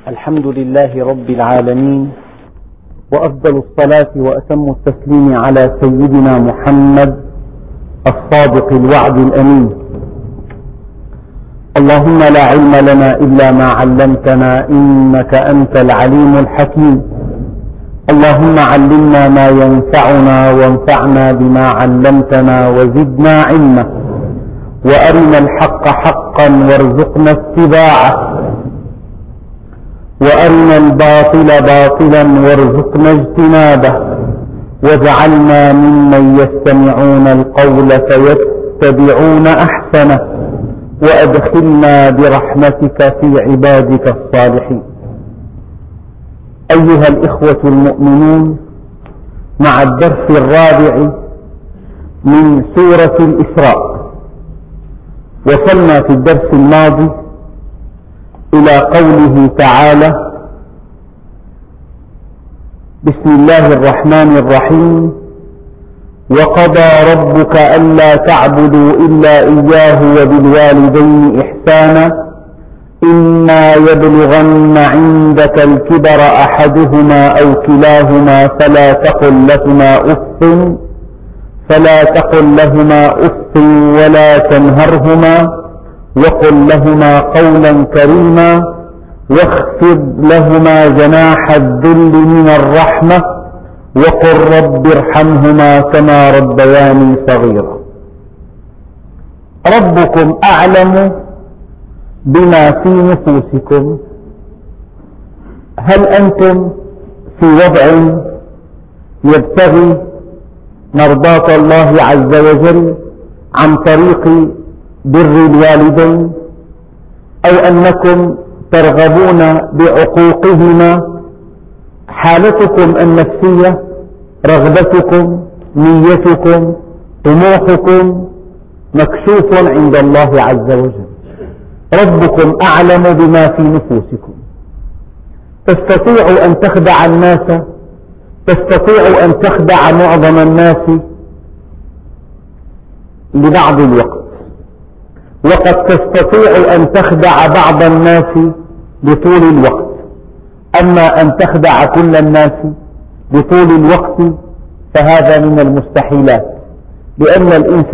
الحمد لله رب العالمين، وأفضل الصلاة وأتم التسليم على سيدنا محمد الصادق الوعد الأمين. اللهم لا علم لنا إلا ما علمتنا إنك أنت العليم الحكيم. اللهم علمنا ما ينفعنا وانفعنا بما علمتنا وزدنا علما، وأرنا الحق حقا وارزقنا اتباعه، وأرنا الباطل باطلا وارزقنا اجتنابه، واجعلنا ممن يستمعون القول فيتبعون أحسنه، وأدخلنا برحمتك في عبادك الصالحين. أيها الإخوة المؤمنون، مع الدرس الرابع من سورة الإسراء. وصلنا في الدرس الماضي إلى قوله تعالى: بسم الله الرحمن الرحيم: وقضى ربك ألا تعبدوا إلا إياه وبالوالدين إحسانا إما يبلغن عندك الكبر أحدهما أو كلاهما فلا تقل لهما أف ولا تنهرهما وقل لهما قولا كريما واخفض لهما جناح الذل من الرحمة وقل رب ارحمهما كما ربياني صغيرا. ربكم أعلم بما في نفوسكم. هل أنتم في وضع يبتغي مرضاة الله عز وجل عن طريق بر الوالدين، أو أنكم ترغبون بعقوقهما؟ حالتكم النفسية، رغبتكم، نيتكم، طموحكم مكشوف عند الله عز وجل. ربكم أعلم بما في نفوسكم. تستطيع أن تخدع الناس، تستطيع أن تخدع معظم الناس لبعض الوقت، وقد تستطيع أن تخدع بعض الناس لطول الوقت. أما أن تخدع كل الناس لطول الوقت فهذا من المستحيلات، لأن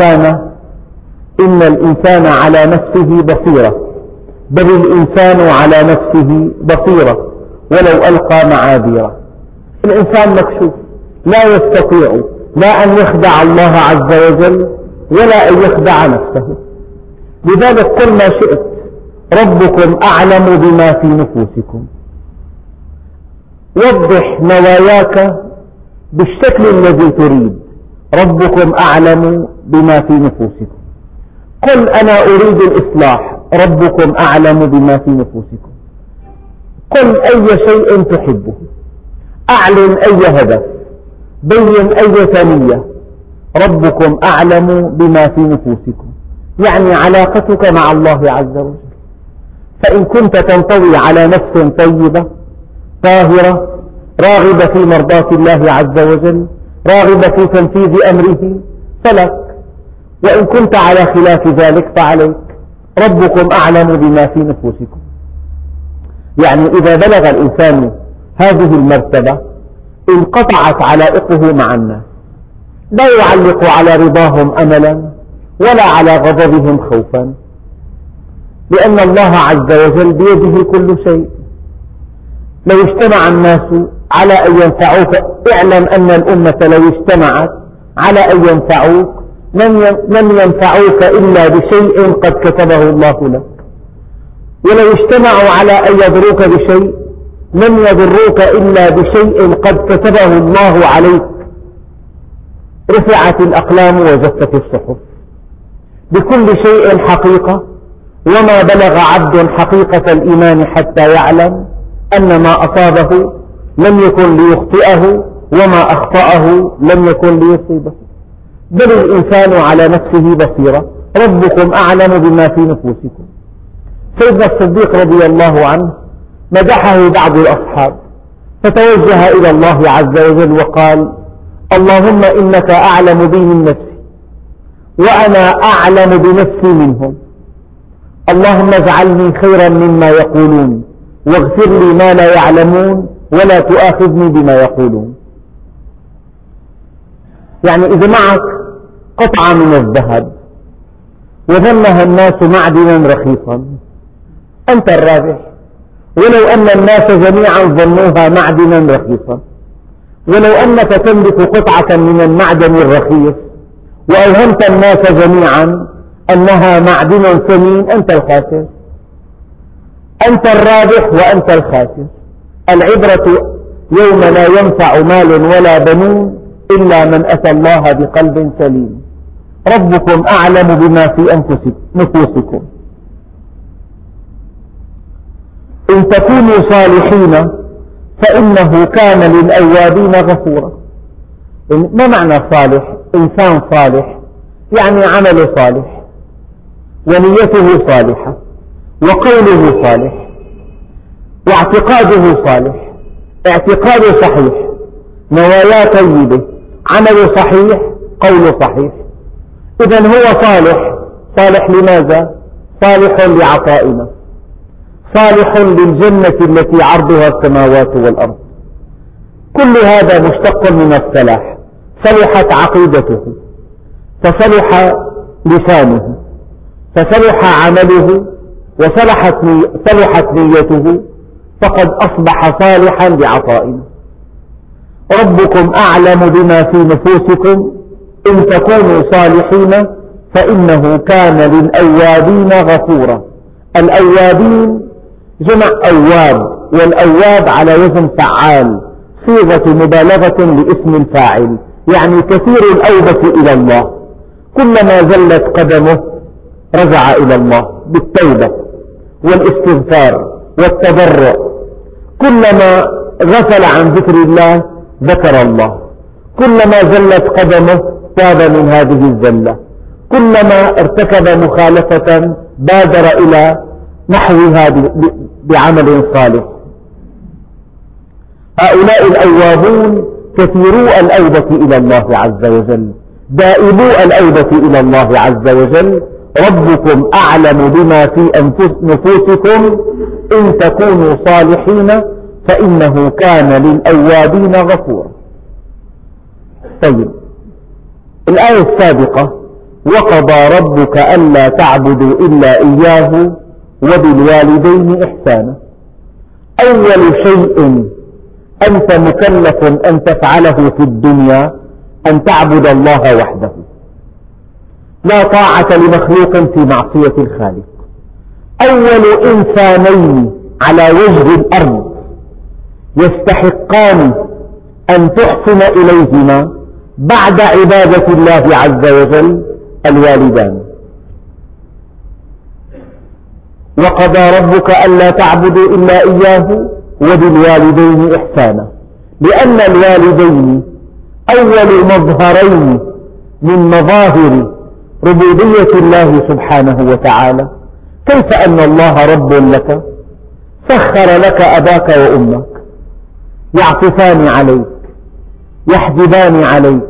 الإنسان على نفسه بصيرة، بل الإنسان على نفسه بصيرة ولو ألقى معاذيره. الإنسان مكشوف، لا يستطيع لا أن يخدع الله عز وجل ولا أن يخدع نفسه. لذلك قل ما شئت، ربكم أعلم بما في نفوسكم. وضح نواياك بالشكل الذي تريد. ربكم أعلم بما في نفوسكم. قل أنا أريد الإصلاح، ربكم أعلم بما في نفوسكم. قل أي شيء تحبه، أعلن أي هدف، بين أي نية، ربكم أعلم بما في نفوسكم. يعني علاقتك مع الله عز وجل. فإن كنت تنطوي على نفس طيبة طاهرة راغبة في مرضاة الله عز وجل، راغبة في تنفيذ أمره، فلك. وإن كنت على خلاف ذلك فعليك. ربكم أعلم بما في نفوسكم. يعني إذا بلغ الإنسان هذه المرتبة انقطعت علائقه مع الناس، لا يعلق على رضاهم أملا ولا على غضبهم خوفا، لأن الله عز وجل بيده كل شيء. لو اجتمع الناس على أن ينفعوك، اعلم أن الأمة لو اجتمعت على أن ينفعوك لن ينفعوك إلا بشيء قد كتبه الله لك. ولو اجتمعوا على أن يضروك بشيء لن يضروك إلا بشيء قد كتبه الله عليك. رفعت الأقلام وجفت الصحف. بكل شيء حقيقة، وما بلغ عبد حقيقة الإيمان حتى يعلم أن ما أصابه لم يكن ليخطئه وما أخطأه لم يكن ليصيبه. بل الإنسان على نفسه بصيرة. ربكم أعلم بما في نفوسكم. سيدنا الصديق رضي الله عنه مدحه بعض الأصحاب، فتوجه إلى الله عز وجل وقال: اللهم إنك أعلم بي من نفسي، وأنا أعلم بنفسي منهم، اللهم اجعلني خيرا مما يقولون، واغفر لي ما لا يعلمون ولا تؤاخذني بما يقولون. يعني إذا معك قطعة من الذهب وظنها الناس معدنا رخيصا أنت الرابح، ولو أن الناس جميعا ظنوها معدنا رخيصا، ولو أنك تملك قطعة من المعدن الرخيص وأوهمت الناس جميعا أنها معدن ثمين أنت الخاسر. أنت الرابح وأنت الخاسر. العبرة يوم لا ينفع مال ولا بنون إلا من أتى الله بقلب سليم. ربكم أعلم بما في نفوسكم إن تكونوا صالحين فإنه كان للأوابين غفورا. ما معنى صالح؟ إنسان صالح يعني عمله صالح ونيته صالحة وقوله صالح واعتقاده صالح، اعتقاده صحيح، نواياه طيبة، عمله صحيح، قوله صحيح. إذن هو صالح. صالح لماذا؟ صالح لعطائنا، صالح للجنة التي عرضها السماوات والأرض. كل هذا مشتق من الصلاح. صلحت عقيدته فصلح لسانه فصلح عمله وصلحت نيته فقد أصبح صالحا لعطائنا. ربكم أعلم بما في نفوسكم إن تكونوا صالحين فإنه كان للأوابين غفورا. الأوابين جمع أواب، والأواب على وزن فعال، صيغة مبالغة لاسم الفاعل، يعني كثير الأوبة إلى الله. كلما زلت قدمه رجع إلى الله بالتوبة والاستغفار والتضرع، كلما غفل عن ذكر الله ذكر الله، كلما زلت قدمه تاب من هذه الزلة، كلما ارتكب مخالفة بادر إلى نحوها بعمل صالح. هؤلاء الأوابون كثيرو الأوبة إلى الله عز وجل، دائبو الأوبة إلى الله عز وجل. ربكم أعلم بما في نفوسكم إن تكونوا صالحين فإنه كان للأوابين غفورا. طيب، الآية السابقة وقضى ربك ألا تعبدوا إلا إياه وبالوالدين إحسانا. أول شيء أنت مكلف أن تفعله في الدنيا أن تعبد الله وحده، لا طاعة لمخلوق في معصية الخالق. أول إنسانين على وجه الأرض يستحقان أن تحسن إليهما بعد عبادة الله عز وجل الوالدان. وقضى ربك ألا تعبدوا إلا إياه وبالوالدين إحسانا، لأن الوالدين أول مظهرين من مظاهر ربوبية الله سبحانه وتعالى. كيف أن الله رب لك سخر لك أباك وأمك يعطفان عليك، يحجبان عليك،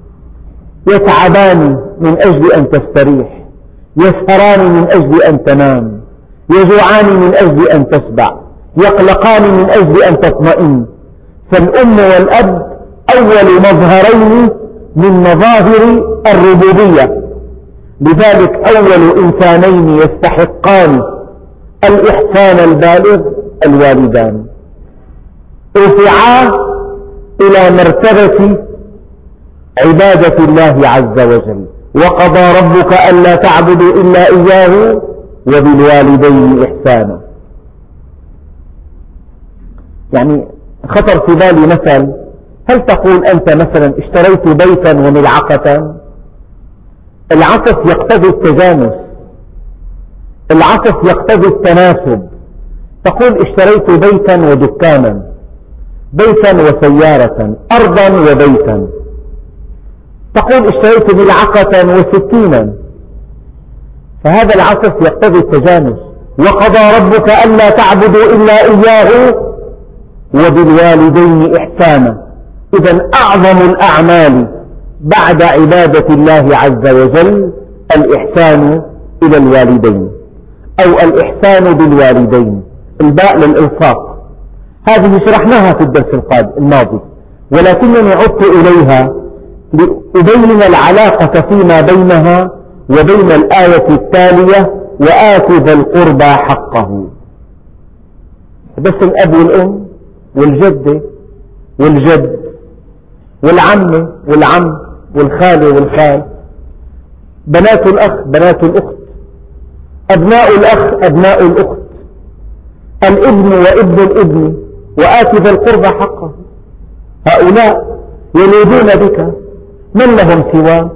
يتعبان من أجل أن تستريح، يسهران من أجل أن تنام، يجوعان من أجل أن تشبع، يقلقان من أجل أن تطمئن. فالأم والأب أول مظهرين من مظاهر الربوبية. لذلك أول إنسانين يستحقان الإحسان البالغ الوالدان، رفعا إلى مرتبة عبادة الله عز وجل. وقضى ربك ألا تعبدوا إلا إياه وبالوالدين إحسانا. يعني خطر في بالي مثل، هل تقول أنت مثلا اشتريت بيتا وملعقة؟ العطف يقتضي التجانس، العطف يقتضي التناسب. تقول اشتريت بيتا ودكانا، بيتا وسيارة، أرضا وبيتا. تقول اشتريت ملعقة وسكينا، فهذا العطف يقتضي التجانس. وقضى ربك ألا تعبدوا إلا إياه وبالوالدين إحسانا. إذن أعظم الأعمال بعد عبادة الله عز وجل الإحسان إلى الوالدين، أو الإحسان بالوالدين، الباء للإلصاق، هذه شرحناها في الدرس الماضي، ولكنني عدت إليها لأبين العلاقة فيما بينها وبين الآية التالية: وآت ذا القربى حقه. بس الأب والأم والجدة والجد والعمة والعم والخالة والخال، بنات الأخ بنات الأخت، أبناء الأخ أبناء الأخت، الابن وابن الابن، وآت ذا القربى حقه. هؤلاء يلوذون بك، من لهم سواك؟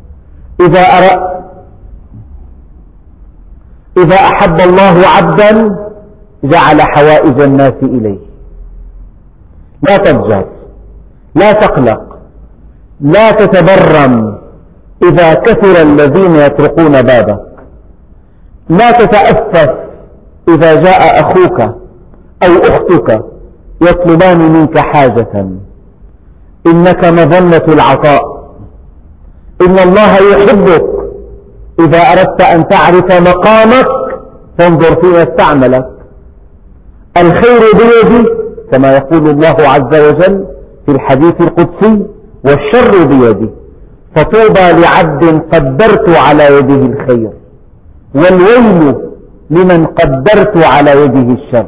إذا أحب الله عبدا جعل حوائج الناس إليه. لا تضجر، لا تقلق، لا تتبرم إذا كثر الذين يطرقون بابك، لا تتأسف إذا جاء أخوك أو أختك يطلبان منك حاجة، إنك مظنة العطاء. إن الله يحبك إذا أردت أن تعرف مقامك فانظر فيما استعملك. الخير بيدي كما يقول الله عز وجل في الحديث القدسي: والشر بيدي، فطوبى لعبد قدرت على يده الخير، والويل لمن قدرت على يده الشر.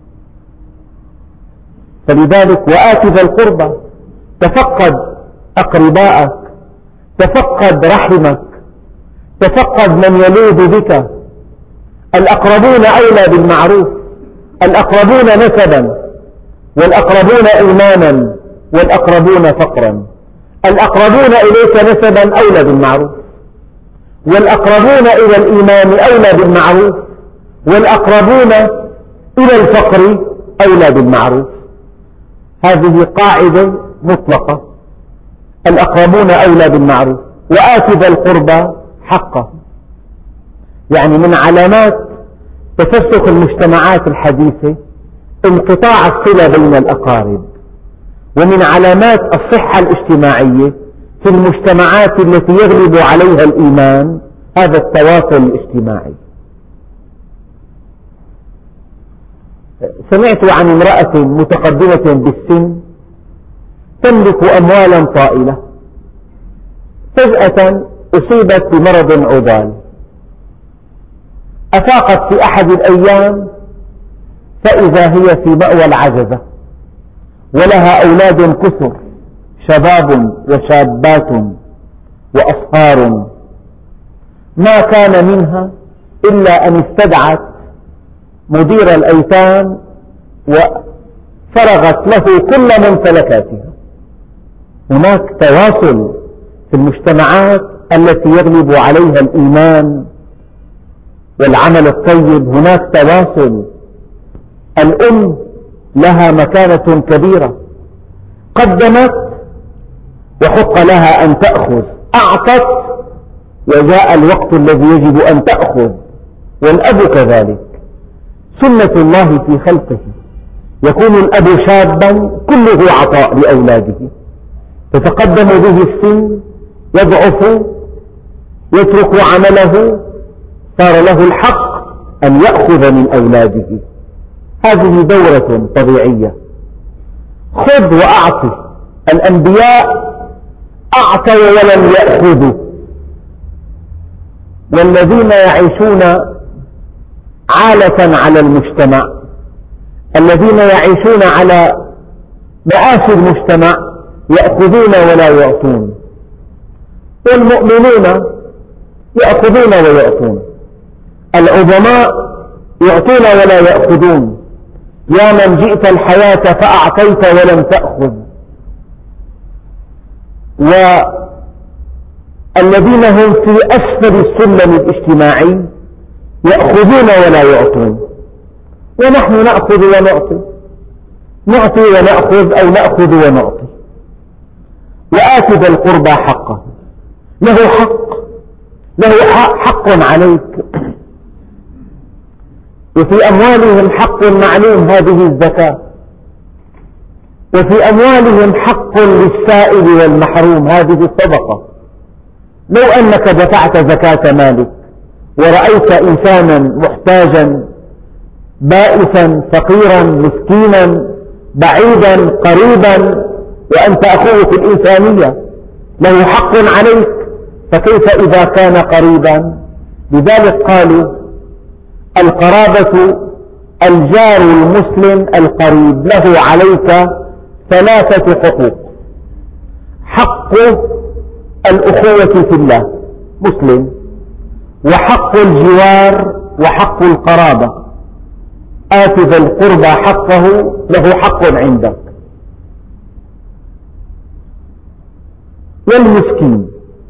فلذلك وآت ذا القربى، تفقد أقرباءك، تفقد رحمك، تفقد من يلوذ بك. الأقربون أولى بالمعروف، الأقربون نسبا، والأقربون إيمانا، والأقربون فقرا. الأقربون إليك نسبا أولى بالمعروف، والأقربون إلى الإيمان أولى بالمعروف، والأقربون إلى الفقر أولى بالمعروف. هذه قاعدة مطلقة: الأقربون أولى بالمعروف. وآت ذا القربى حقه، يعني من علامات تفسخ المجتمعات الحديثة انقطاع الصلة بين الأقارب، ومن علامات الصحة الاجتماعية في المجتمعات التي يغلب عليها الإيمان هذا التواصل الاجتماعي. سمعت عن امرأة متقدمة بالسن تملك أموالا طائلة، فجأة أصيبت بمرض عضال، أفاقت في أحد الأيام فإذا هي في مأوى العجزة، ولها أولاد كثر، شباب وشابات وأصهار. ما كان منها إلا أن استدعت مدير الأيتام وفرغت له كل ممتلكاتها. هناك تواصل في المجتمعات التي يغلب عليها الإيمان والعمل الطيب، هناك تواصل. الأم لها مكانة كبيرة، قدمت وحق لها أن تأخذ، أعطت وجاء الوقت الذي يجب أن تأخذ، والأب كذلك. سنة الله في خلقه، يكون الأب شابا كله عطاء لأولاده، تتقدم به السن، يضعف، يترك عمله، صار له الحق أن يأخذ من أولاده. هذه دورة طبيعية، خذ وأعطي. الأنبياء أعطوا ولم يأخذوا، والذين يعيشون عالة على المجتمع، الذين يعيشون على مآسي المجتمع، يأخذون ولا يعطون، والمؤمنون يأخذون ويعطون. العظماء يعطون ولا يأخذون. يا من جئت الحياة فأعطيت ولم تأخذ. والذين هم في أسفل السلم الاجتماعي يأخذون ولا يعطون، ونحن نأخذ ونعطي، نعطي ونأخذ أو نأخذ ونعطي. وآت ذا القربى حقه، له حق عليك، وفي أموالهم حق معلوم، هذه الزكاة. وفي أموالهم حق للسائل والمحروم، هذه الصدقة. لو أنك دفعت زكاة مالك ورأيت إنسانا محتاجا بائسا فقيرا مسكينا بعيدا قريبا، وأنت أخوه في الإنسانية، له حق عليك، فكيف إذا كان قريبا؟ لذلك قالوا القرابة الجار المسلم القريب له عليك ثلاثة حقوق: حق الأخوة في الله مسلم، وحق الجوار، وحق القرابة. آت ذا القربى حقه، له حق عندك. والمسكين،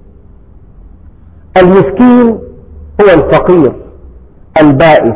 المسكين هو الفقير البائس.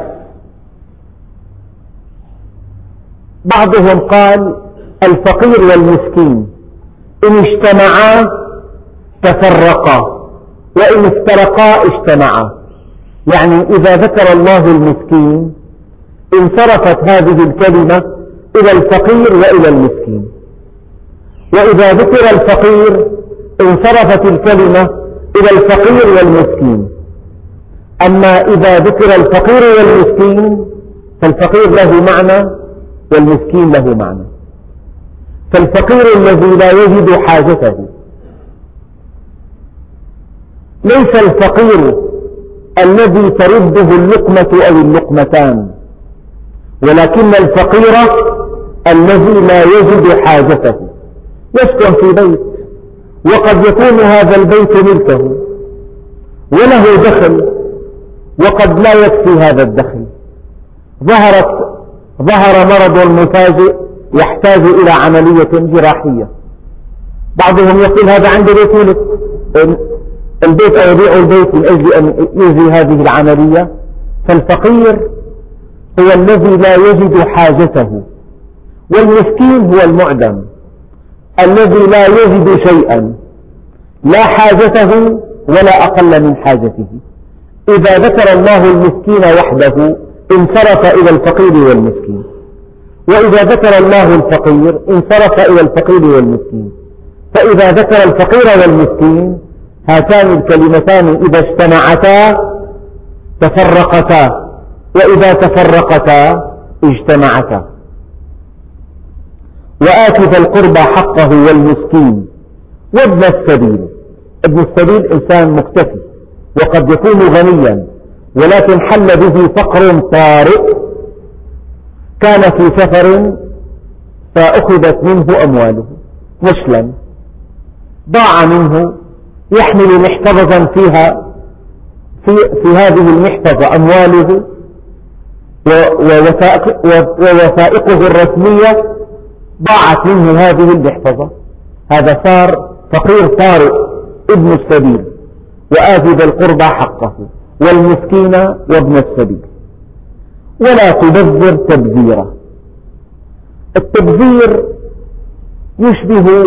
بعضهم قال الفقير والمسكين إن اجتمعا تفرقا، وإن افترقا اجتمعا. يعني إذا ذكر الله المسكين انصرفت هذه الكلمة إلى الفقير وإلى المسكين، وإذا ذكر الفقير انصرفت الكلمة إلى الفقير والمسكين. أما إذا ذكر الفقير والمسكين فالفقير له معنى والمسكين له معنى. فالفقير الذي لا يجد حاجته، ليس الفقير الذي ترده اللقمة أو اللقمتان، ولكن الفقير الذي لا يجد حاجته. يسكن في بيت وقد يكون هذا البيت ملكه وله دخل وقد لا يكفي هذا الدخل، ظهر مرض مفاجئ يحتاج إلى عملية جراحية. بعضهم يقول هذا عنده بيت ملك، البيت أو يبيع البيت من أجل أن يجري هذه العملية. فالفقير هو الذي لا يجد حاجته، والمسكين هو المعدم الذي لا يجد شيئا، لا حاجته ولا أقل من حاجته. إذا ذكر الله المسكين وحده انصرف إلى الفقير والمسكين، وإذا ذكر الله الفقير انصرف إلى الفقير والمسكين. فإذا ذكر الفقير والمسكين هاتان الكلمتان إذا اجتمعتا تفرقتا، وإذا تفرقتا اجتمعتا. وآت ذا القربى حقه والمسكين وابن السبيل. ابن السبيل إنسان مكتفي وقد يكون غنيا، ولكن حل به فقر طارئ، كان في سفر فأخذت منه أمواله نشلا، ضاع منه، يحمل محفظة فيها في هذه المحفظة أمواله ووثائقه الرسمية، ضاعت منه هذه المحفظة. هذا صار فقير طارئ ابن السبيل. وآت ذا القربى حقه والمسكين وابن السبيل ولا تبذر تبذيرا. التبذير يشبه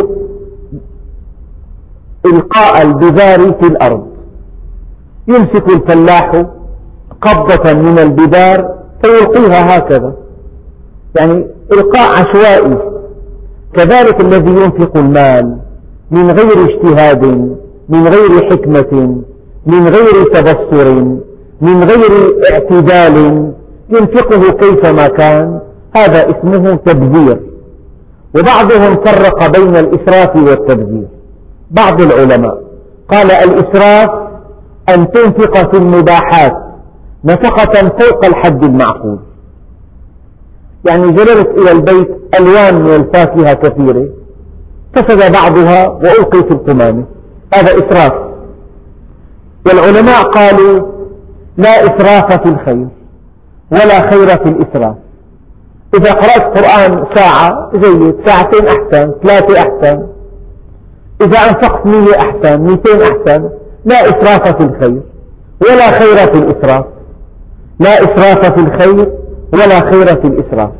إلقاء البذار في الأرض. يمسك الفلاح قبضة من البذار فيلقيها هكذا، يعني إلقاء عشوائي. كذلك الذي ينفق المال من غير اجتهاد، من غير حكمة، من غير تبصر، من غير اعتدال، ينفقه كيفما كان، هذا اسمه تبذير. وبعضهم فرق بين الإسراف والتبذير. بعض العلماء قال الإسراف أن تنفق في المباحات نفقة فوق الحد المعقول. يعني جلبت إلى البيت ألوان من الفاكهة كثيرة فسد بعضها وألقي في القمامة، هذا إسراف. والعلماء قالوا لا إسراف في الخير ولا خير في الإسراف. إذا قرأت قرآن ساعة جيد، ساعتين أحسن، 3 أحسن. إذا أنفقت 100 أحسن، 200 أحسن. لا إسراف في الخير ولا خير في الإسراف، لا إسراف في الخير ولا خير في الإسراف.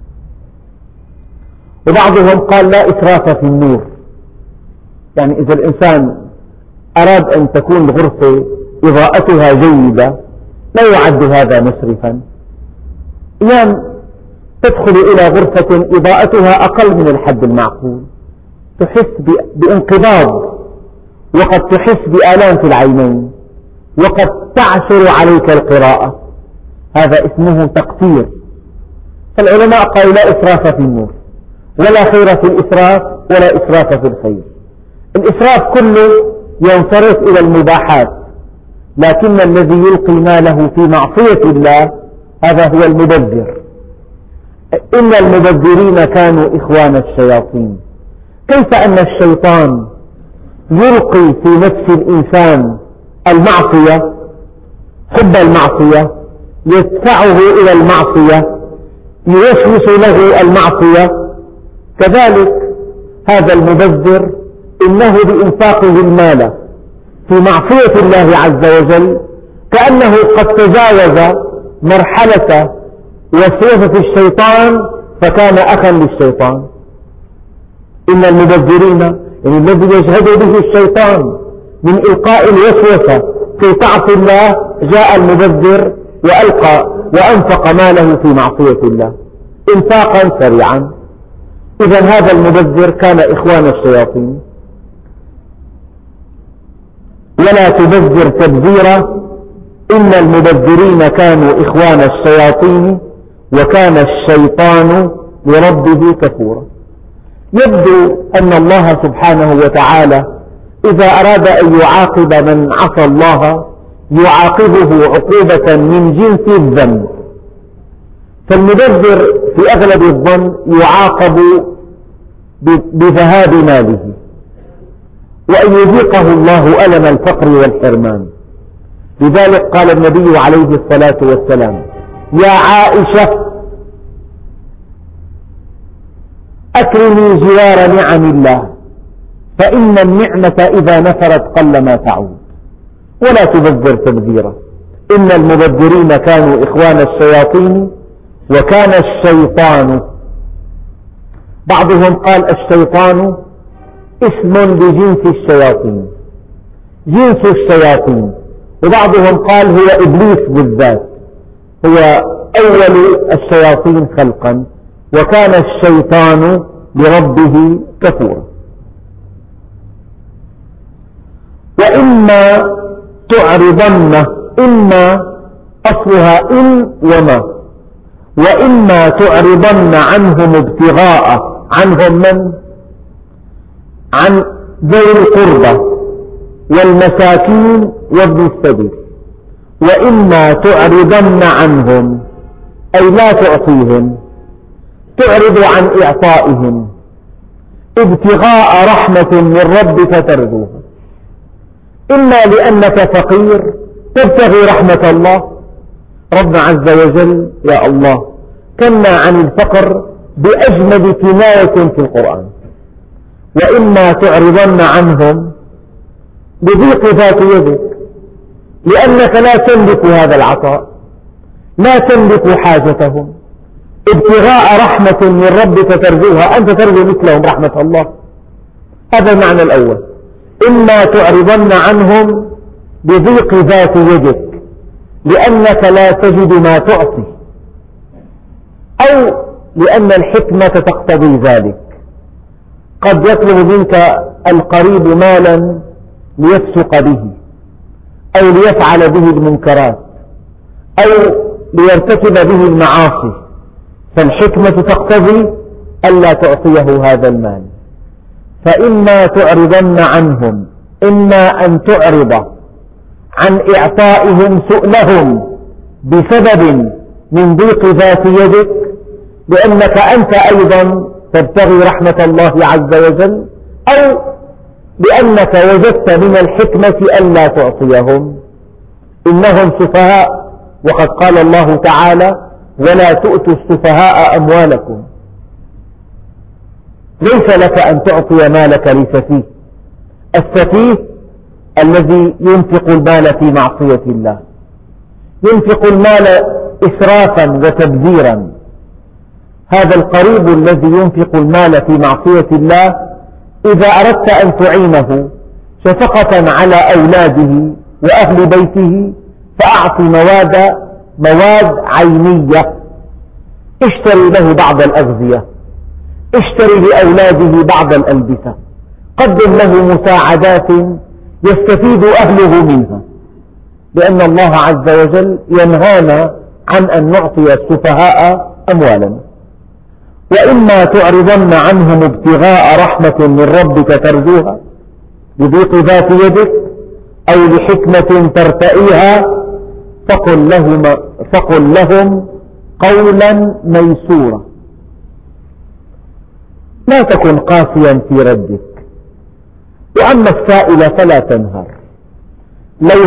وبعضهم قال لا إسراف في النور، يعني إذا الإنسان أراد أن تكون الغرفة إضاءتها جيدة لا يعد هذا مسرفا. أيام تدخل إلى غرفة إضاءتها أقل من الحد المعقول تحس بانقباض، وقد تحس بآلام في العينين، وقد تعسر عليك القراءة، هذا اسمه تقصير. فالعلماء قالوا لا إسراف في النور، ولا خير في الإسراف، ولا إسراف في الخير. الإسراف كله ينصرف إلى المباحات، لكن الذي يلقي ماله في معصية الله هذا هو المبذر. إن المبذرين كانوا إخوان الشياطين. كيف أن الشيطان يلقي في نفس الإنسان المعصية، حب المعصية، يدفعه إلى المعصية، يوسوس له المعصية، كذلك هذا المبذر إنه بإنفاقه المال في معصية الله عز وجل كأنه قد تجاوز مرحلة وسوسة الشيطان فكان أخا للشيطان. إن المبذرين، يعني الذي يجهد به الشيطان من إلقاء الوسوسة في تعصي الله، جاء المبذر وألقى وأنفق ماله في معصية الله إنفاقا سريعا. إذا هذا المبذر كان إخوان الشياطين. ولا تبذر تبذيرا إن المبذرين كانوا إخوان الشياطين وكان الشيطان لربه كفورا. يبدو أن الله سبحانه وتعالى إذا أراد أن يعاقب من عصى الله يعاقبه عقوبة من جنس الذنب، فالمبذر في أغلب الظن يعاقب بذهاب ماله، وأن يذيقه الله ألم الفقر والحرمان. لذلك قال النبي عليه الصلاة والسلام: يا عائشة أكرمي جوار نعم الله، فإن النعمة إذا نفرت قل ما تعود. ولا تبذر تبذيرا إن المبذرين كانوا إخوان الشياطين وكان الشيطان. بعضهم قال الشيطان اسم لجنس الشياطين، جنس الشياطين، وبعضهم قال هو إبليس بالذات، هو أول الشياطين خلقا، وكان الشيطان لربه كفورا. وإما تعرضن، إما أصلها إن وما، وإما تعرضن عنهم ابتغاء، عنهم من؟ عن ذوي القربى والمساكين وابن السبيل. وإما تعرضن عنهم أي لا تعطيهم، تعرض عن إعطائهم ابتغاء رحمة من ربك ترجوها، إما لأنك فقير تبتغي رحمة الله. ربنا عز وجل يا الله كنا عن الفقر بأجمل كناية في القرآن. وإما تعرضن عنهم بضيق ذات يدك، لأنك لا تملك هذا العطاء، لا تملك حاجتهم، ابتغاء رحمة من ربك ترجوها، أنت ترجو مثلهم رحمة الله. هذا المعنى الأول. إما تعرضن عنهم بضيق ذات يدك لأنك لا تجد ما تعطي، أو لأن الحكمة تقتضي ذلك. قد يطلب منك القريب مالا ليفسق به، أو ليفعل به المنكرات، أو ليرتكب به المعاصي، فالحكمة تقتضي ألا تعطيه هذا المال. فإما تعرضن عنهم، إما أن تعرض عن إعطائهم سؤلهم بسبب من ضيق ذات يدك، لأنك أنت أيضا تبتغي رحمة الله عز وجل، أو لأنك وجدت من الحكمة ألا تعطيهم. إنهم سفهاء، وقد قال الله تعالى: ولا تؤتوا السفهاء أموالكم. ليس لك أن تعطي مالك لسفيه. السفيه الذي ينفق المال في معصية الله، ينفق المال إسرافا وتبذيرا. هذا القريب الذي ينفق المال في معصية الله إذا أردت أن تعينه شفقة على أولاده وأهل بيته فأعط مواد عينية. اشتري له بعض الأغذية، اشتري لأولاده بعض الألبسة، قدم له مساعدات يستفيد أهله منها، لأن الله عز وجل ينهانا عن أن نعطي السفهاء أموالنا. وإما تعرضن عنهم ابتغاء رحمة من ربك ترجوها بضيق ذات يدك أو لحكمة ترتئيها فقل لهم قولا ميسورا. لا تكن قاسيا في ردك. وأما السائل فلا تنهر. لو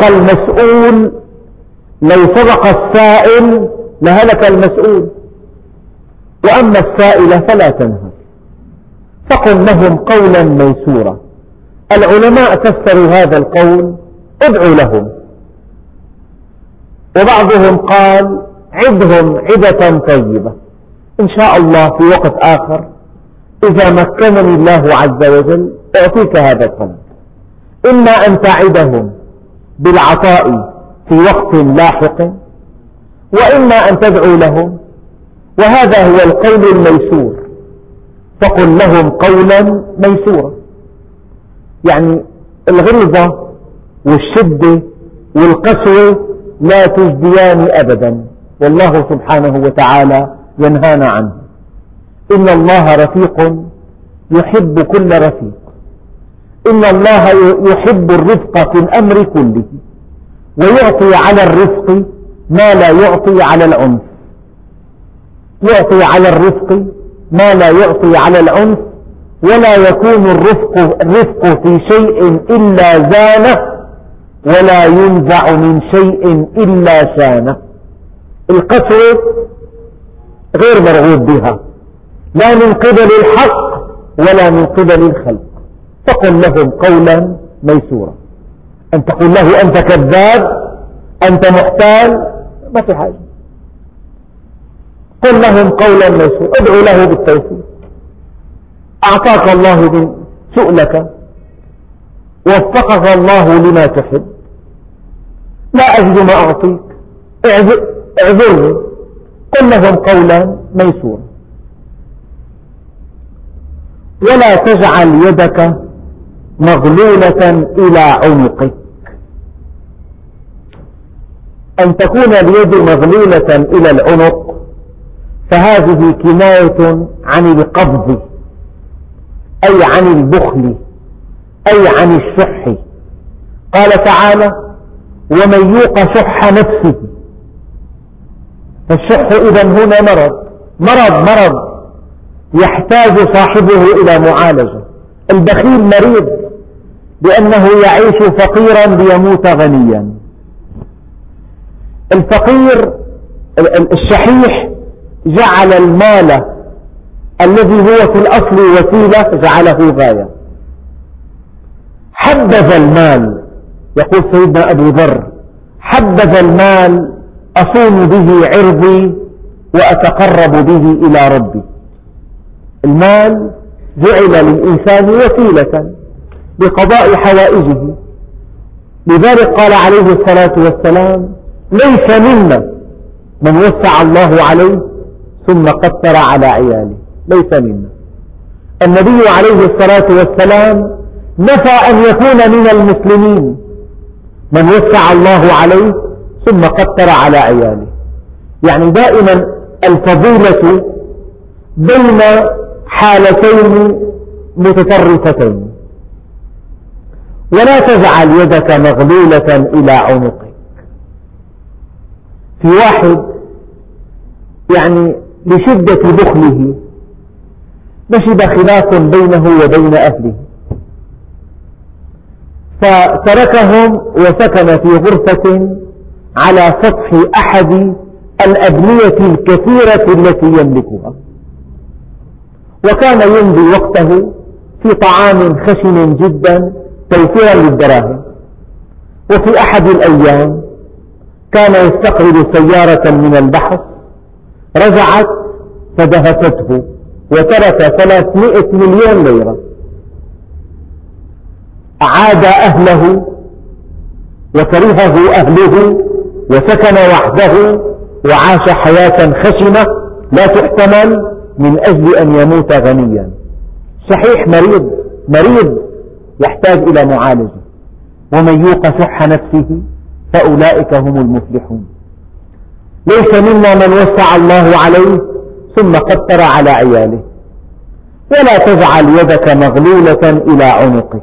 سبق السائل لهلك المسؤول. وأما السائل فلا تنهر. فقل لهم قولا ميسورا. العلماء فسروا هذا القول ادعوا لهم، وبعضهم قال عدهم عدة طيبة إن شاء الله في وقت آخر إذا مكنني الله عز وجل أعطيك هذا الطلب. إما أن تعدهم بالعطاء في وقت لاحق، وإما أن تدعو لهم، وهذا هو القول الميسور. فقل لهم قولا ميسورا. يعني الغلظة والشدة والقسوة لا تجديان أبدا، والله سبحانه وتعالى ينهانا عنه. إن الله رفيق يحب كل رفيق. إن الله يحب الرفق في الأمر كله، ويعطي على الرفق ما لا يعطي على العنف. يعطي على الرفق ما لا يعطي على العنف، ولا يكون الرفق في شيء إلا زانه، ولا ينزع من شيء إلا شانه. القسوة غير مرغوب بها، لا من قبل الحق ولا من قبل الخلق. فقل لهم قولا ميسورا. أن تقول له أنت كذاب، أنت محتال، ما في حاجة. قل لهم قولا ميسورا. ادعو له بالتوفيق. أعطاك الله من سؤلك، وفقك الله لما تحب. لا أجد ما أعطيك، اعذرني. قل لهم قولا ميسورا. ولا تجعل يدك مغلولة إلى عنقك. أن تكون اليد مغلولة إلى العنق فهذه كناية عن القبض، أي عن البخل، أي عن الشح. قال تعالى ومن يوق شح نفسه. فالشح إذن هنا مرض يحتاج صاحبه إلى معالجة. البخيل مريض لأنه يعيش فقيرا ليموت غنيا. الفقير الشحيح جعل المال الذي هو في الأصل وسيلة جعله غاية. حبذ المال، يقول سيدنا أبو ذر حبذ المال أصون به عرضي وأتقرب به إلى ربي. المال جعل للإنسان وسيلة لقضاء حوائجه. لذلك قال عليه الصلاة والسلام ليس منا من وسع الله عليه ثم قتر على عياله. ليس منا. النبي عليه الصلاة والسلام نفى أن يكون من المسلمين من وسع الله عليه ثم قتر على عياله. يعني دائما الفضيلة بين حالتين متطرفتين. ولا تجعل يدك مغلولة إلى عنقك. في واحد يعني لشدة بخله نشب خلاف بينه وبين أهله فتركهم وسكن في غرفة على سطح أحد الأبنية الكثيرة التي يملكها، وكان يمضي وقته في طعام خشن جدا توفيرا للدراهم. وفي أحد الأيام كان يستقبل سيارة من البحث رجعت فدهسته وترك 300 مليون ليرة. أعاد أهله وكرهه أهله وسكن وحده وعاش حياة خشنة لا تحتمل من أجل أن يموت غنيا. صحيح مريض يحتاج إلى معالجة. ومن يوق شح نفسه فأولئك هم المفلحون. ليس منا من وسع الله عليه ثم قدر على عياله. ولا تجعل يدك مغلولة إلى عنقك.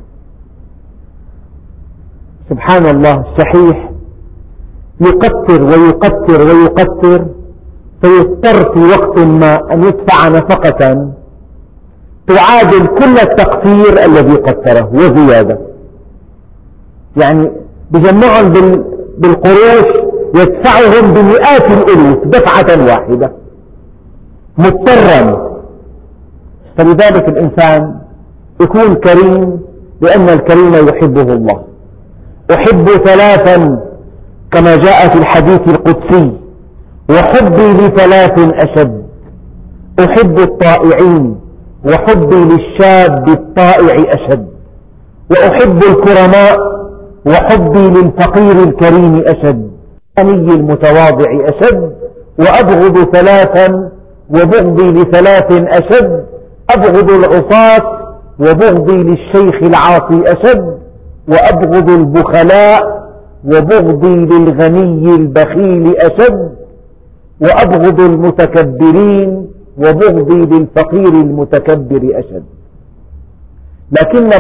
سبحان الله، الشحيح يقتر ويقتر ويقتر، فيضطر في وقت ما أن يدفع نفقة تعادل كل التقتير الذي قتره وزيادة. يعني بجمعهم بالقروش، يدفعهم بمئات الألوف دفعة واحدة مضطرا. فلذلك الإنسان يكون كريم، لأن الكريم يحبه الله. أحب ثلاثا كما جاء في الحديث القدسي: وحبي لثلاث أشد، أحب الطائعين، وحبي للشاب الطائع أشد، وأحب الكرماء، وحبي للفقير الكريم أشد، الغني المتواضع أشد، وأبغض ثلاثا وبغضي لثلاث أشد: أبغض العصاة، وبغضي للشيخ العاصي أشد، وأبغض البخلاء، وبغضي للغني البخيل أشد، وأبغض المتكبرين، وبغضي للفقير المتكبر أشد. لكن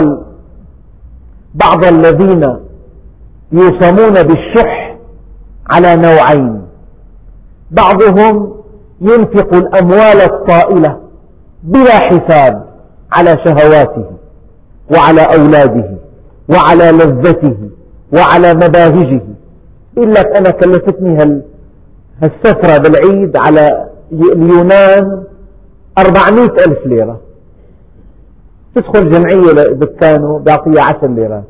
بعض الذين يوصمون بالشح على نوعين: بعضهم ينفق الأموال الطائلة بلا حساب على شهواته وعلى أولاده وعلى لذته وعلى مباهجه. يقول لك أنا كلفتني هالسفرة بالعيد على اليونان 400,000 ليرة. تدخل جمعية لدكانه بيعطيها 10 ليرات،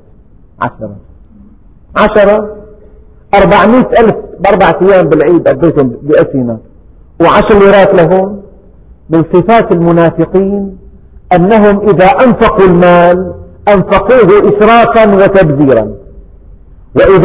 10 400,000 ب4 أيام بالعيد قضيتهم بأثينا، و10 ليرات لهم. من صفات المنافقين أنهم إذا أنفقوا المال أنفقوه إسرافا وتبذيرا، وإذا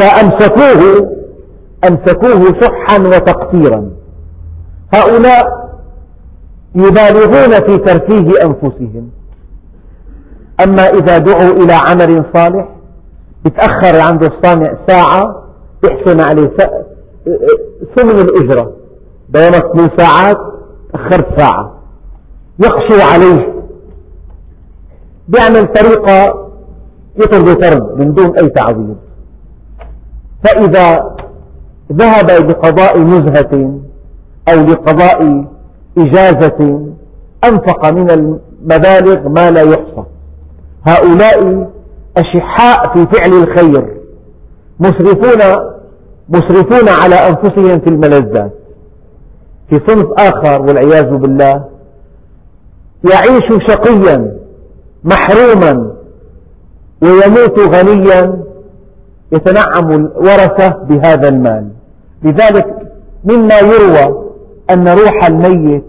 أمسكوه شحا وتقتيرا. هؤلاء يبالغون في ترفيه أنفسهم، أما إذا دعوا إلى عمل صالح يتأخر عنده الصانع ساعة يحسن عليه ثمن الأجرة، بينك من ساعات أخرت ساعة، يقسو عليه، بيعمل طريقة يطرد طرد من دون أي تعويض. فإذا ذهب لقضاء نزهة أو لقضاء إجازة أنفق من المبالغ ما لا يحصى. هؤلاء أشحاء في فعل الخير، مسرفون على أنفسهم في الملذات. في صنف آخر والعياذ بالله يعيش شقيا محروما ويموت غنيا، يتنعم الورثة بهذا المال. لذلك مما يروى أن روح الميت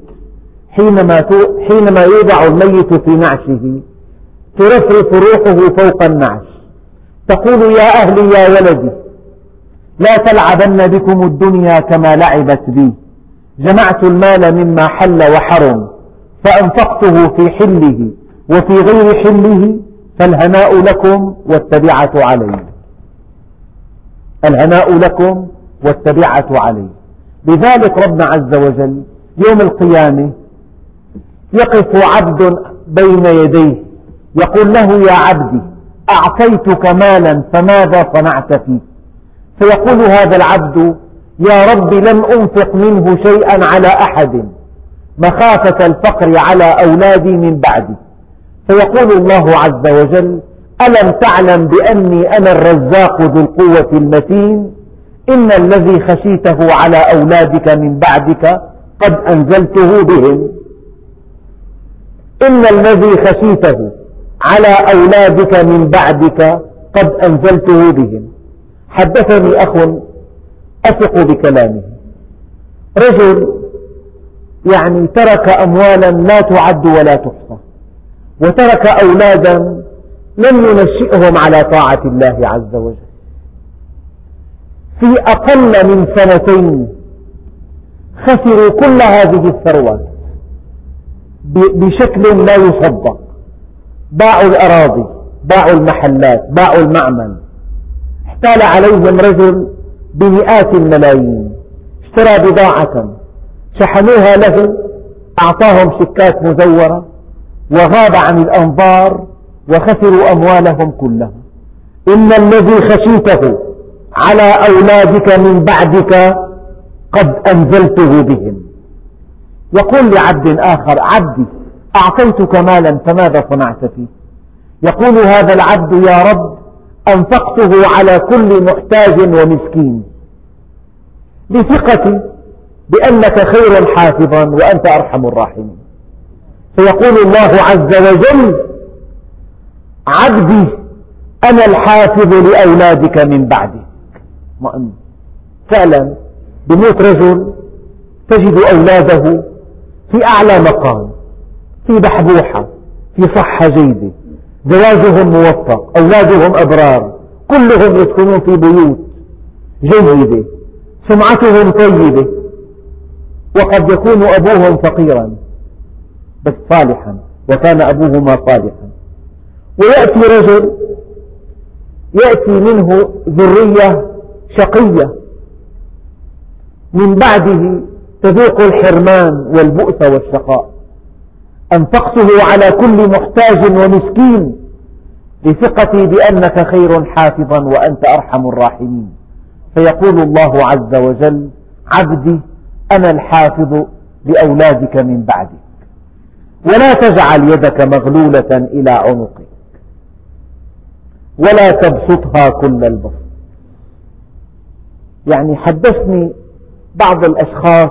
حينما يوضع الميت في نعشه ترفرف روحه فوق النعش، تقول: يا أهلي يا ولدي، لا تلعبن بكم الدنيا كما لعبت بي، جمعت المال مما حل وحرم، فأنفقته في حله وفي غير حله، فالهناء لكم والتبعة علي. الهناء لكم والتبعة علي. لذلك ربنا عز وجل يوم القيامة يقف عبد بين يديه يقول له: يا عبدي، أعطيتك مالا فماذا صنعت فيه؟ فيقول هذا العبد: يا رب، لم أنفق منه شيئا على أحد مخافة الفقر على أولادي من بعدي. فيقول الله عز وجل: ألم تعلم بأني أنا الرزاق ذو القوة المتين؟ إن الذي خشيته على أولادك من بعدك قد أنزلته بهم. إن الذي خشيته على أولادك من بعدك قد أنزلته بهم. حدثني أخ أثق بكلامه، رجل يعني ترك أموالا لا تعد ولا تحصى، وترك أولادا لم ينشئهم على طاعة الله عز وجل. في أقل من 2 خسروا كل هذه الثروات بشكل لا يصدق. باعوا الأراضي، باعوا المحلات، باعوا المعمل. احتال عليهم رجل بمئات الملايين اشترى بضاعة شحنوها له، أعطاهم شيكات مزورة وغاب عن الأنظار وخسروا أموالهم كلها. إن الذي خشيته على أولادك من بعدك قد أنزلته بهم. يقول لعبد آخر: عبدي أعطيتك مالا فماذا صنعت فيه؟ يقول هذا العبد: يا رب أنفقته على كل محتاج ومسكين، لثقتي بأنك خير حافظا وأنت أرحم الراحمين. فيقول الله عز وجل: عبدي أنا الحافظ لأولادك من بعدك. فعلا بموت رجل تجد أولاده في أعلى مقام، في بحبوحة، في صحة جيدة، زواجهم موفق، أولادهم أبرار، كلهم يسكنون في بيوت جيدة، سمعتهم طيبة، وقد يكون أبوهم فقيرا بس صالحا، وكان أبوهما صالحا. ويأتي رجل يأتي منه ذرية شقية من بعده تذوق الحرمان والبؤس والشقاء. أنفقته على كل محتاج ومسكين لثقتي بأنك خير حافظا وأنت أرحم الراحمين. فيقول الله عز وجل: عبدي أنا الحافظ لأولادك من بعدك، ولا تجعل يدك مغلولة إلى عنقك ولا تبسطها كل البسط. يعني حدثني بعض الأشخاص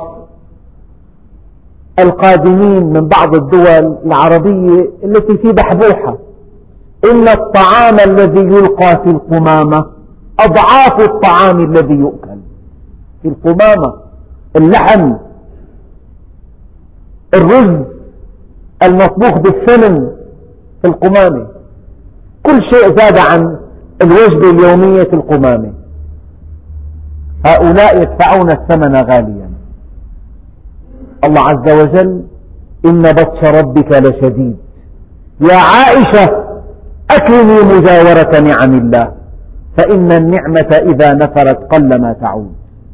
القادمين من بعض الدول العربية التي في بحبوحة: إن الطعام الذي يلقى في القمامة أضعاف الطعام الذي يؤكل. في القمامة اللحم، الرز المطبوخ بالسمن في القمامة، كل شيء زاد عن الوجبة اليومية في القمامة. هؤلاء يدفعون الثمن غاليا. الله عز وجل: إن بطش ربك لشديد. يا عائشة أكرمي مجاورة نعم الله، فإن النعمة إذا نفرت قل ما تعود.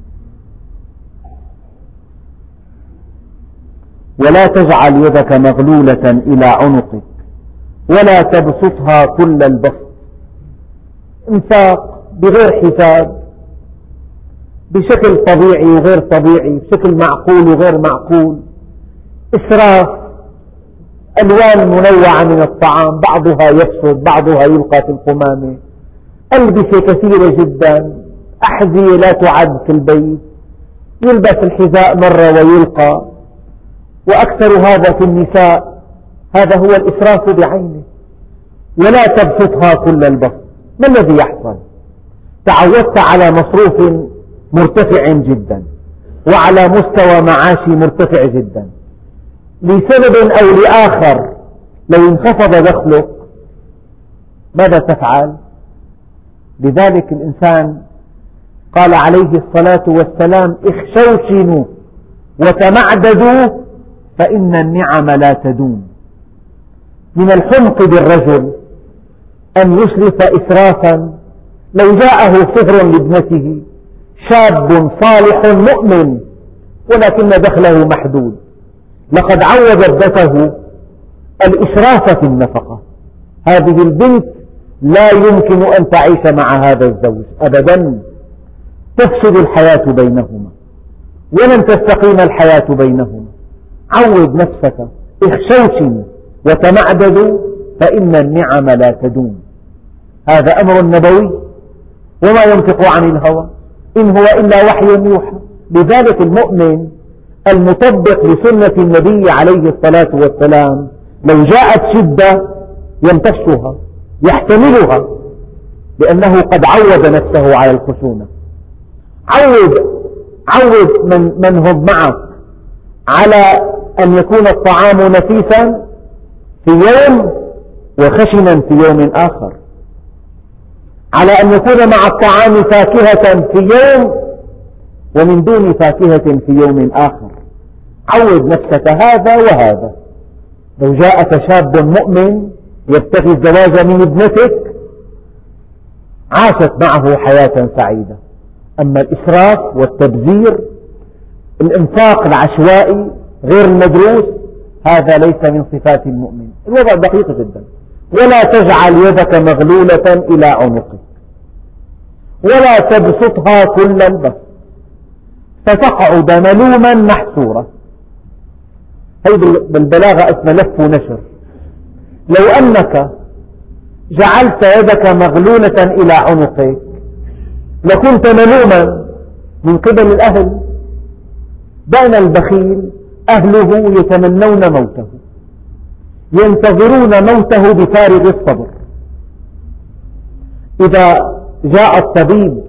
ولا تجعل يدك مغلولة إلى عنقك ولا تبسطها كل البسط. انفاق بغير حساب، بشكل طبيعي وغير طبيعي، بشكل معقول وغير معقول، إسراف، ألوان منوعة من الطعام، بعضها يفسد بعضها يلقى في القمامة، ألبسة كثيرة جدا، أحذية لا تعد في البيت، يلبس الحذاء مرة ويلقى، وأكثر هذا في النساء. هذا هو الإسراف بعينه. ولا تبسطها كل البسط. ما الذي يحصل؟ تعودت على مصروف مرتفع جدا وعلى مستوى معاشي مرتفع جدا، لسبب أو لآخر لو انخفض دخلك ماذا تفعل؟ لذلك الإنسان قال عليه الصلاة والسلام: اخشوشنوا وتمعددوا فإن النعم لا تدوم. من الحمق بالرجل أن يسرف إسرافا. لو جاءه صهر لابنته، شاب صالح مؤمن ولكن دخله محدود، لقد عود ابنته الإسراف في النفقة. هذه البنت لا يمكن أن تعيش مع هذا الزوج أبدا، تفسد الحياة بينهما ولن تستقيم الحياة بينهما. عود نفسك، اخشوشن وتمعددوا فإن النعم لا تدوم. هذا أمر نبوي وما ينطق عن الهوى، إن هو إلا وحي يوحى. لذلك المؤمن المطبق لسنة النبي عليه الصلاة والسلام لو جاءت شدة يمتصها، يحتملها، لأنه قد عود نفسه على الخشونة. عود من هم معك على أن يكون الطعام نفيسا في يوم وخشنا في يوم آخر، على أن يكون مع الطعام فاكهة في يوم ومن دون فاكهة في يوم آخر. عود نفسك هذا وهذا. لو جاءك شاب مؤمن يبتغي الزواج من ابنتك عاشت معه حياة سعيدة. أما الإسراف والتبذير الإنفاق العشوائي غير المدروس هذا ليس من صفات المؤمن. الوضع دقيق جدا. ولا تجعل يدك مغلولة إلى عنقك ولا تبسطها كل البسط فتقعد ملوما محسورا. هذه بالبلاغة اسمها لف ونشر. لو أنك جعلت يدك مغلولة إلى عنقك لكنت ملوما من قبل الأهل، بين البخيل أهله يتمنون موته، ينتظرون موته بفارغ الصبر. إذا جاء الطبيب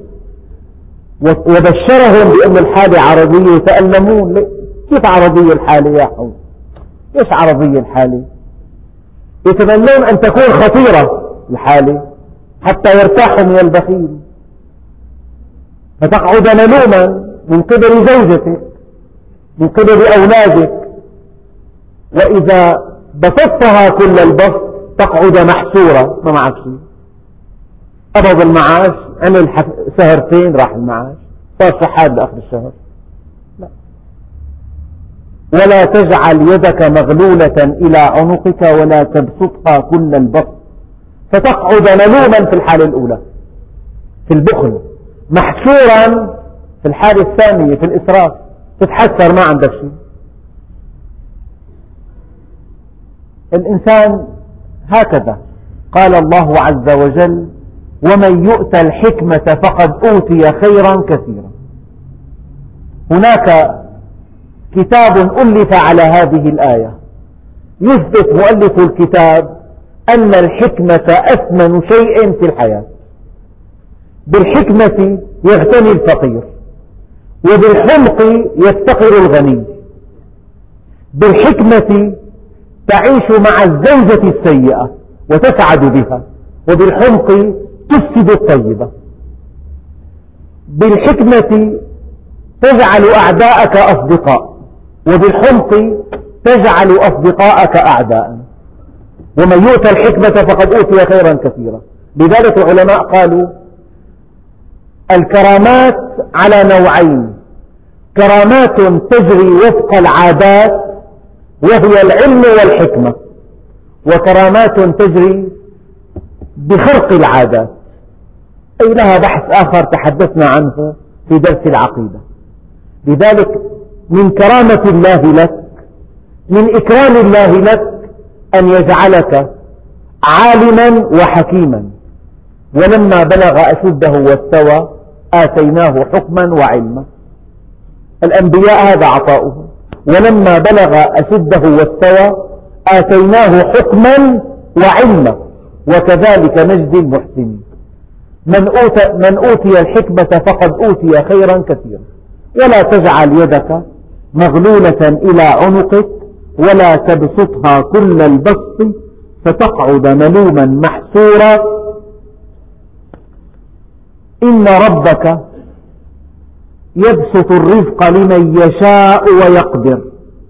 وبشرهم بأن الحالة عرضية يتألمون. كيف عرضية الحالة يا حول؟ إيش عرضية الحالة؟ يتمنون أن تكون خطيرة الحالة حتى يرتاحوا من البخيل، فتقعد ملوما من قبل زوجتك من قبل أولادك، وإذا بسطتها كل البسط تقعد محسورة ما معك شيء. قبض المعاش، عمل شهرتين راح المعاش، صار شحات بآخر الشهر. لا. ولا تجعل يدك مغلولة إلى عنقك ولا تبسطها كل البسط فتقعد ملوما في الحالة الأولى في البخل، محسورا في الحالة الثانية في الإسراف، تتحسر ما عندك شيء. الإنسان هكذا قال الله عز وجل: ومن يؤت الحكمة فقد أوتي خيرا كثيرا. هناك كتاب ألف على هذه الآية، يثبت مؤلف الكتاب أن الحكمة أثمن شيء في الحياة. بالحكمة يغتني الفقير، وبالحمق يفتقر الغني. بالحكمة تعيش مع الزوجة السيئة وتسعد بها، وبالحمق تفسد الطيبة. بالحكمة تجعل أعداءك أصدقاء، وبالحمق تجعل أصدقاءك أعداء. ومن يؤت الحكمة فقد أوتي خيرا كثيرا. لذلك العلماء قالوا الكرامات على نوعين: كرامات تجري وفق العادات وهي العلم والحكمة، وكرامات تجري بخرق العادات، أي لها بحث آخر تحدثنا عنه في درس العقيدة. لذلك من كرامة الله لك، من إكرام الله لك، أن يجعلك عالما وحكيما. ولما بلغ أشده واستوى آتيناه حكما وعلما. الأنبياء هذا عطاؤه. ولما بلغ أشده واستوى آتيناه حكما وعلما وكذلك نجزي المحسنين. من أوتي الحكمة فقد أوتي خيرا كثيرا. ولا تجعل يدك مغلولة إلى عنقك ولا تبسطها كل البسط فتقعد ملوما محسورا. إن ربك يبسط الرزق لمن يشاء ويقدر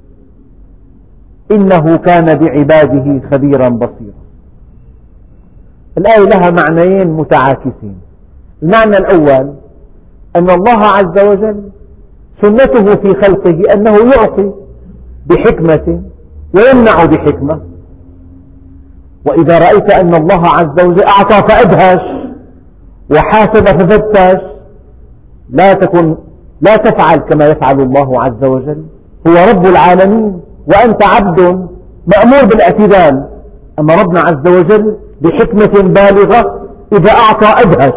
إنه كان بعباده خبيرا بصيرا. الآية لها معنيين متعاكسين. المعنى الأول أن الله عز وجل سنته في خلقه أنه يعطي بحكمة ويمنع بحكمة. وإذا رأيت أن الله عز وجل أعطى فأدهش وحاسب ففتش، لا تفعل كما يفعل الله عز وجل. هو رب العالمين وأنت عبد مأمور بالاعتدال. أما ربنا عز وجل بحكمة بالغة إذا أعطى أدهش،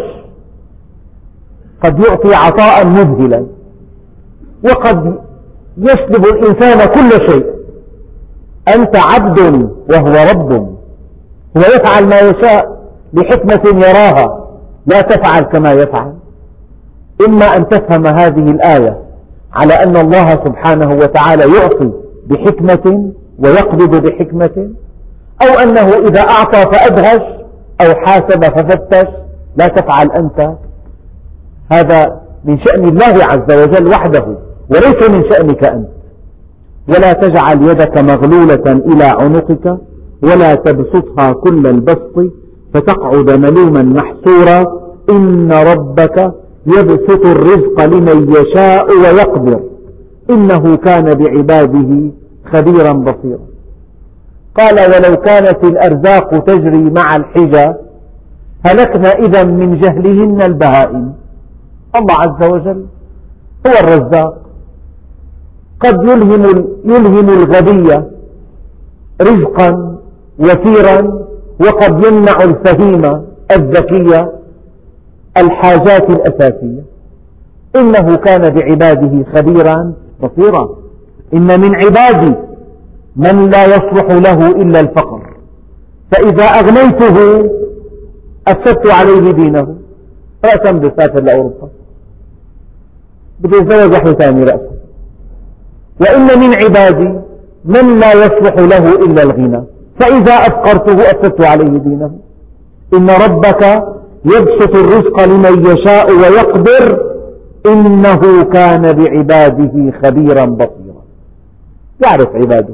قد يعطي عطاء مذهلا، وقد يسلب الإنسان كل شيء. أنت عبد وهو رب، هو يفعل ما يشاء بحكمة يراها، لا تفعل كما يفعل. إما أن تفهم هذه الآية على أن الله سبحانه وتعالى يعطي بحكمة ويقبض بحكمة، أو أنه إذا أعطى فأدهش أو حاسب ففتش لا تفعل أنت. هذا من شأن الله عز وجل وحده وليس من شأنك أنت. ولا تجعل يدك مغلولة إلى عنقك ولا تبسطها كل البسط فتقعد ملوما محسورا. إن ربك يبسط الرزق لمن يشاء ويقدر إنه كان بعباده خبيرا بصيرا. قال ولو كانت الأرزاق تجري مع الحجى هلكنا إذا من جهلهن البهائم. الله عز وجل هو الرزاق، قد يلهم الغبي رزقا وفيرا، وقد يمنع الفهيم الذكي الحاجات الأساسية. إنه كان بعباده خبيرا بصيرا. إن من عبادي من لا يصلح له إلا الفقر، فإذا أغنيته أفسدت عليه دينه. رأسا بسافر لأوروبا بده يتزوج واحدة ثانية رأسا. وإن من عبادي من لا يصلح له إلا الغنى، فإذا أفقرته أفسدت عليه دينه. إن ربك يبسط الرزق لمن يشاء ويقدر إنه كان بعباده خبيرا بصيرا. يعرف عباده.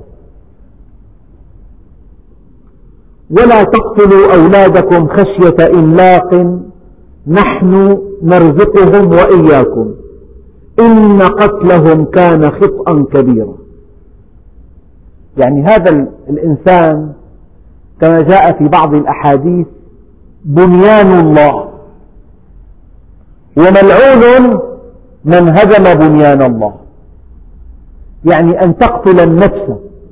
ولا تقتلوا أولادكم خشية إملاق نحن نرزقهم وإياكم إن قتلهم كان خطأ كبيرا. يعني هذا الإنسان كما جاء في بعض الأحاديث بنيان الله، وملعون من هدم بنيان الله. يعني أن تقتل النفس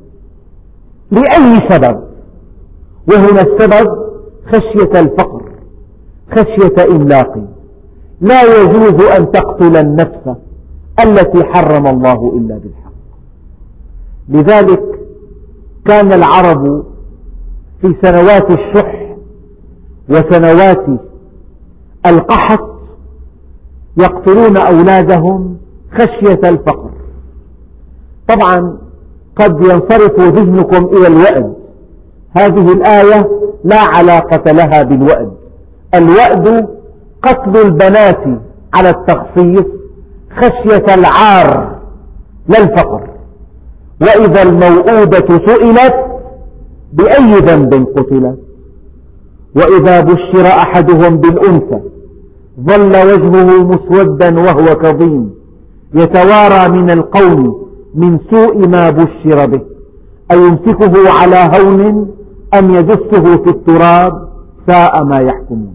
لأي سبب، وهنا السبب خشية الفقر، خشية إملاق. لا يجوز أن تقتل النفس التي حرم الله إلا بالحق. لذلك كان العرب في سنوات الشح وسنوات القحط يقتلون أولادهم خشية الفقر. طبعا قد ينصرف ذهنكم إلى الوأد. هذه الآية لا علاقة لها بالوأد. الوأد قتل البنات على التخصيص خشية العار لا الفقر. وإذا الموءودة سئلت بأي ذنب قتلت وإذا بشر أحدهم بالأنثى ظل وجهه مسودا وهو كظيم يتوارى من القوم من سوء ما بشر به أيمسكه على هون أم يدسه في التراب ساء ما يحكمون.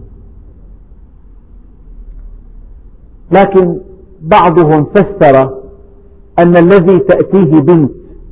لكن بعضهم فسر أن الذي تأتيه بنت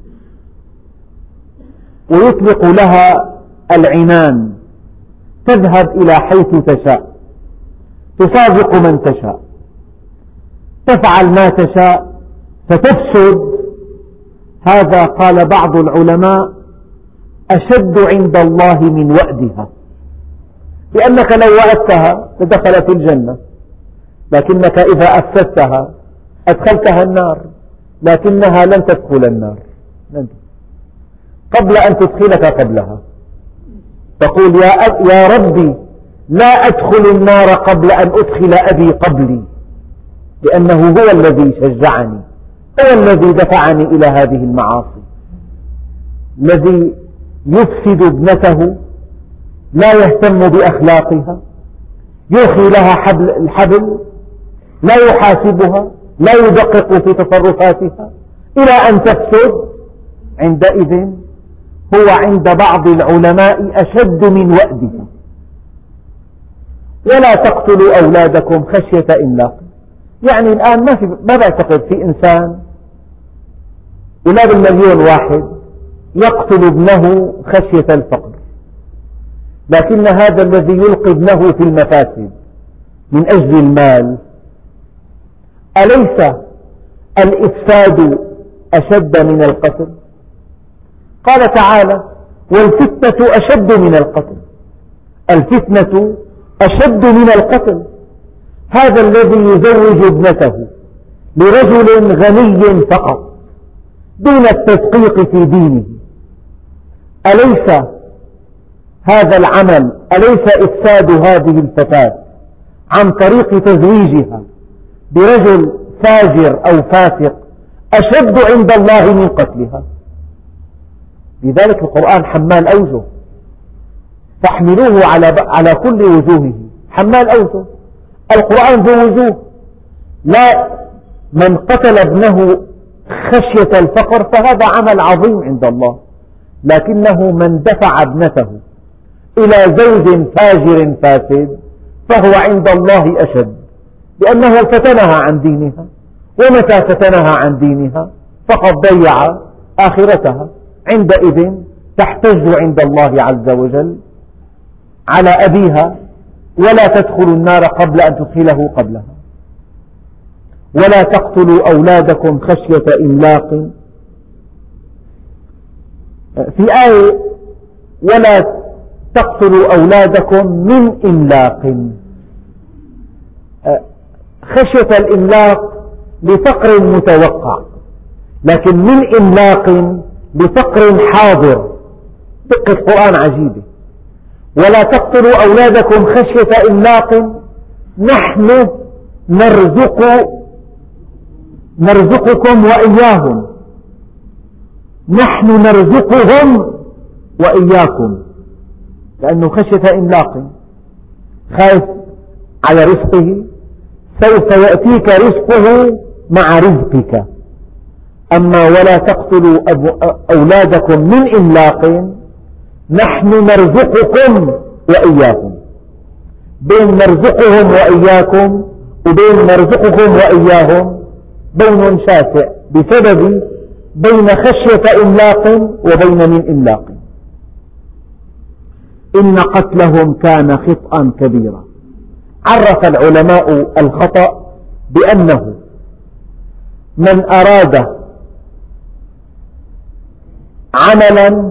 ويطلق لها العنان تذهب إلى حيث تشاء، تصادق من تشاء، تفعل ما تشاء فتفسد. هذا قال بعض العلماء أشد عند الله من وأدها، لأنك لو وأدتها لدخلت الجنة، لكنك إذا أفسدتها أدخلتها النار، لكنها لن تدخل النار قبل أن تدخلك قبلها. تقول يا ربي لا أدخل النار قبل أن أدخل أبي قبلي، لأنه هو الذي شجعني، هو الذي دفعني إلى هذه المعاصي. الذي يفسد ابنته لا يهتم بأخلاقها، يرخي لها الحبل، لا يحاسبها، لا يدقق في تصرفاتها إلى أن تفسد. عندئذ هو عند بعض العلماء أشد من وأدها. ولا تقتلوا أولادكم خشية إملاق. يعني الآن ما بعتقد في إنسان أولاد 1,000,000 واحد يقتل ابنه خشية الفقر، لكن هذا الذي يلقي ابنه في المفاسد من أجل المال، أليس الإفساد أشد من القتل؟ قال تعالى والفتنة أشد من القتل. الفتنة أشد من القتل. هذا الذي يزوج ابنته لرجل غني فقط دون التدقيق في دينه، أليس هذا العمل، أليس إفساد هذه الفتاة عن طريق تزويجها برجل فاجر أو فاسق أشد عند الله من قتلها؟ لذلك القرآن حمال أوجه، فاحملوه على كل وجوهه. حمال أوجه، القرآن ذو وجوه. لا من قتل ابنه خشية الفقر فهذا عمل عظيم عند الله، لكنه من دفع ابنته إلى زوج فاجر فاسد فهو عند الله أشد، لأنه فتنها عن دينها، ومتى فتنها عن دينها فقد ضيع آخرتها. عندئذ تحتج عند الله عز وجل على أبيها: ولا تدخلوا النار قبل أن تدخله قبلها. ولا تقتلوا أولادكم خشية إملاق. في آية: ولا تقتلوا أولادكم من إملاق. خشية الإملاق لفقر متوقع، لكن من إملاق لفقر حاضر. دقة القرآن عجيبة. ولا تقتلوا أولادكم خشية إملاق نحن نرزقكم وإياهم. نحن نرزقهم وإياكم، لأنه خشية إملاق، خايف على رزقه، سوف يأتيك رزقه مع رزقك. أما ولا تقتلوا أولادكم من إملاق نحن نرزقكم وإياكم. بين نرزقهم وإياكم وبين نرزقكم وإياهم بين شاسع، بسبب بين خشية إملاق وبين من إملاق. إن قتلهم كان خطأ كبيرا. عرف العلماء الخطأ بأنه من أراد عملا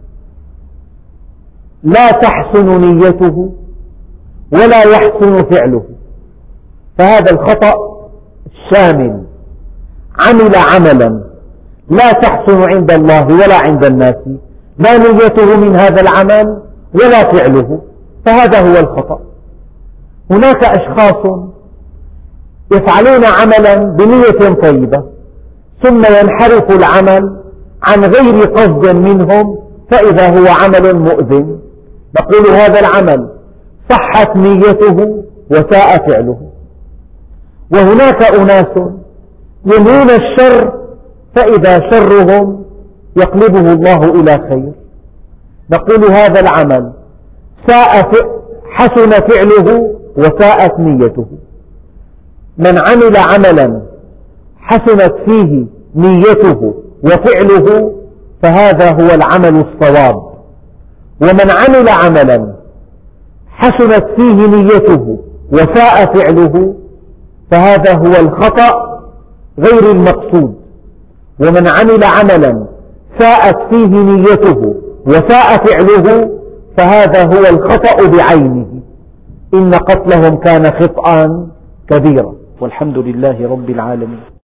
لا تحسن نيته ولا يحسن فعله، فهذا الخطأ شامل. عمل عملا لا تحسن عند الله ولا عند الناس، لا نيته من هذا العمل ولا فعله، فهذا هو الخطأ. هناك أشخاص يفعلون عملا بنية طيبة ثم ينحرف العمل عن غير قصد منهم فإذا هو عمل مؤذن، نقول هذا العمل صحت نيته وساء فعله. وهناك أناس ينوون الشر فإذا شرهم يقلبه الله إلى خير، نقول هذا العمل حسن فعله وساءت نيته. من عمل عملا حسنت فيه نيته وفعله فهذا هو العمل الصواب، ومن عمل عملا حسنت فيه نيته وساء فعله فهذا هو الخطأ غير المقصود. ومن عمل عملا ساءت فيه نيته وساء فعله فهذا هو الخطأ بعينه. إن قتلهم كان خطأ كبيرا. والحمد لله رب العالمين.